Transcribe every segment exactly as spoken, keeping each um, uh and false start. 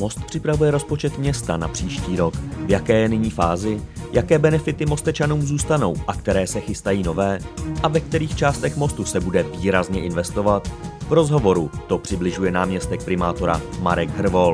Most připravuje rozpočet města na příští rok. V jaké je nyní fázi? Jaké benefity Mostečanům zůstanou a které se chystají nové? A ve kterých částech mostu se bude výrazně investovat? V rozhovoru to přibližuje náměstek primátora Marek Hrvol.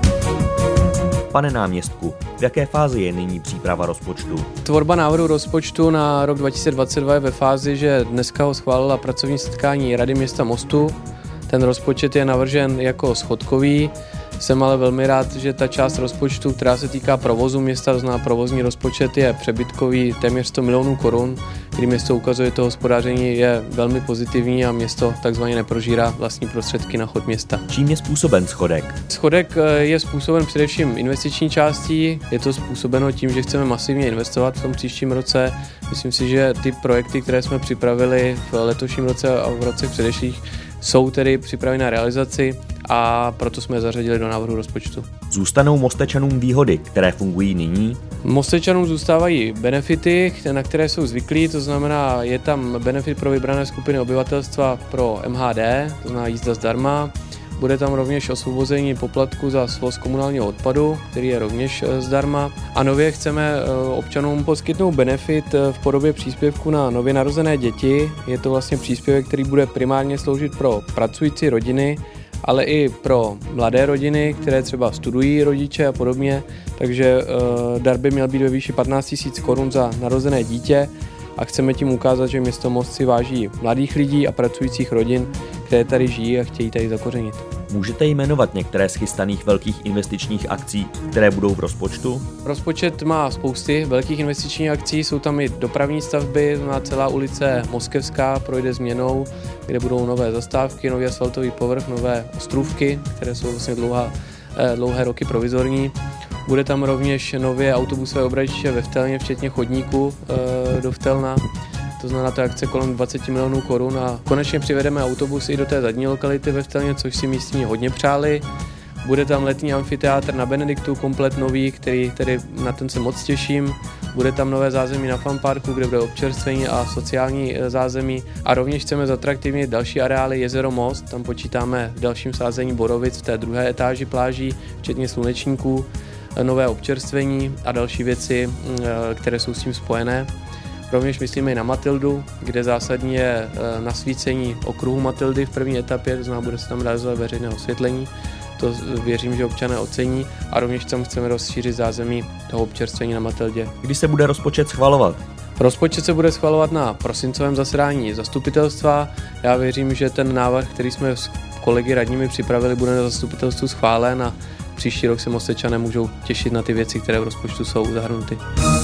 Pane náměstku, v jaké fázi je nyní příprava rozpočtu? Tvorba návrhu rozpočtu na rok dva tisíce dvacet dva je ve fázi, že dneska ho schválila pracovní setkání Rady města Mostu. Ten rozpočet je navržen jako schodkový. Jsem ale velmi rád, že ta část rozpočtu, která se týká provozu města, to znamená provozní rozpočet, je přebytkový téměř sto milionů korun, kdy město ukazuje, to hospodaření je velmi pozitivní a město takzvaně neprožírá vlastní prostředky na chod města. Čím je způsoben schodek? Schodek je způsoben především investiční částí, je to způsobeno tím, že chceme masivně investovat v tom příštím roce. Myslím si, že ty projekty, které jsme připravili v letošním roce a v roce předešlých, jsou tedy připraveny na realizaci a proto jsme je zařadili do návrhu rozpočtu. Zůstanou Mostečanům výhody, které fungují nyní? Mostečanům zůstávají benefity, na které jsou zvyklí, to znamená, je tam benefit pro vybrané skupiny obyvatelstva pro M H D, to znamená jízda zdarma. Bude tam rovněž osvobození poplatku za svoz komunálního odpadu, který je rovněž zdarma. A nově chceme občanům poskytnout benefit v podobě příspěvku na nově narozené děti. Je to vlastně příspěvek, který bude primárně sloužit pro pracující rodiny, ale i pro mladé rodiny, které třeba studují rodiče a podobně. Takže dar by měl být ve výši patnáct tisíc korun za narozené dítě. A chceme tím ukázat, že město Most si váží mladých lidí a pracujících rodin, které tady žijí a chtějí tady zakořenit. Můžete jmenovat některé z chystaných velkých investičních akcí, které budou v rozpočtu? Rozpočet má spousty velkých investičních akcí, jsou tam i dopravní stavby, na celá ulice Moskevská projde změnou, kde budou nové zastávky, nový asfaltový povrch, nové ostrůvky, které jsou vlastně dlouhá, dlouhé roky provizorní. Bude tam rovněž nově autobusové obratiště ve Vtelně, včetně chodníků e, do Vtelna. To znamená, to je akce kolem dvacet milionů korun a konečně přivedeme autobusy i do té zadní lokality ve Vtelně, což si místní hodně přáli. Bude tam letní amfiteátr na Benediktu, komplet nový, který tedy na ten se moc těším. Bude tam nové zázemí na Funparku, kde bude občerstvení a sociální zázemí. A rovněž chceme zatraktivnit další areály Jezero Most, tam počítáme v dalším sázení borovic v té druhé etáži pláží, včetně slunečníků, nové občerstvení a další věci, které jsou s tím spojené. Rovněž myslíme i na Matildu, kde zásadní je nasvícení okruhu Matildy v první etapě, to znamená, bude se tam realizovat veřejné osvětlení. To věřím, že občané ocení a rovněž tam chceme rozšířit zázemí toho občerstvení na Matildě. Kdy se bude rozpočet schvalovat? Rozpočet se bude schvalovat na prosincovém zasedání zastupitelstva. Já věřím, že ten návrh, který jsme s kolegy radními připravili, bude na zastupitelstvu schválen a příští rok se Mostečané můžou těšit na ty věci, které v rozpočtu jsou zahrnuty.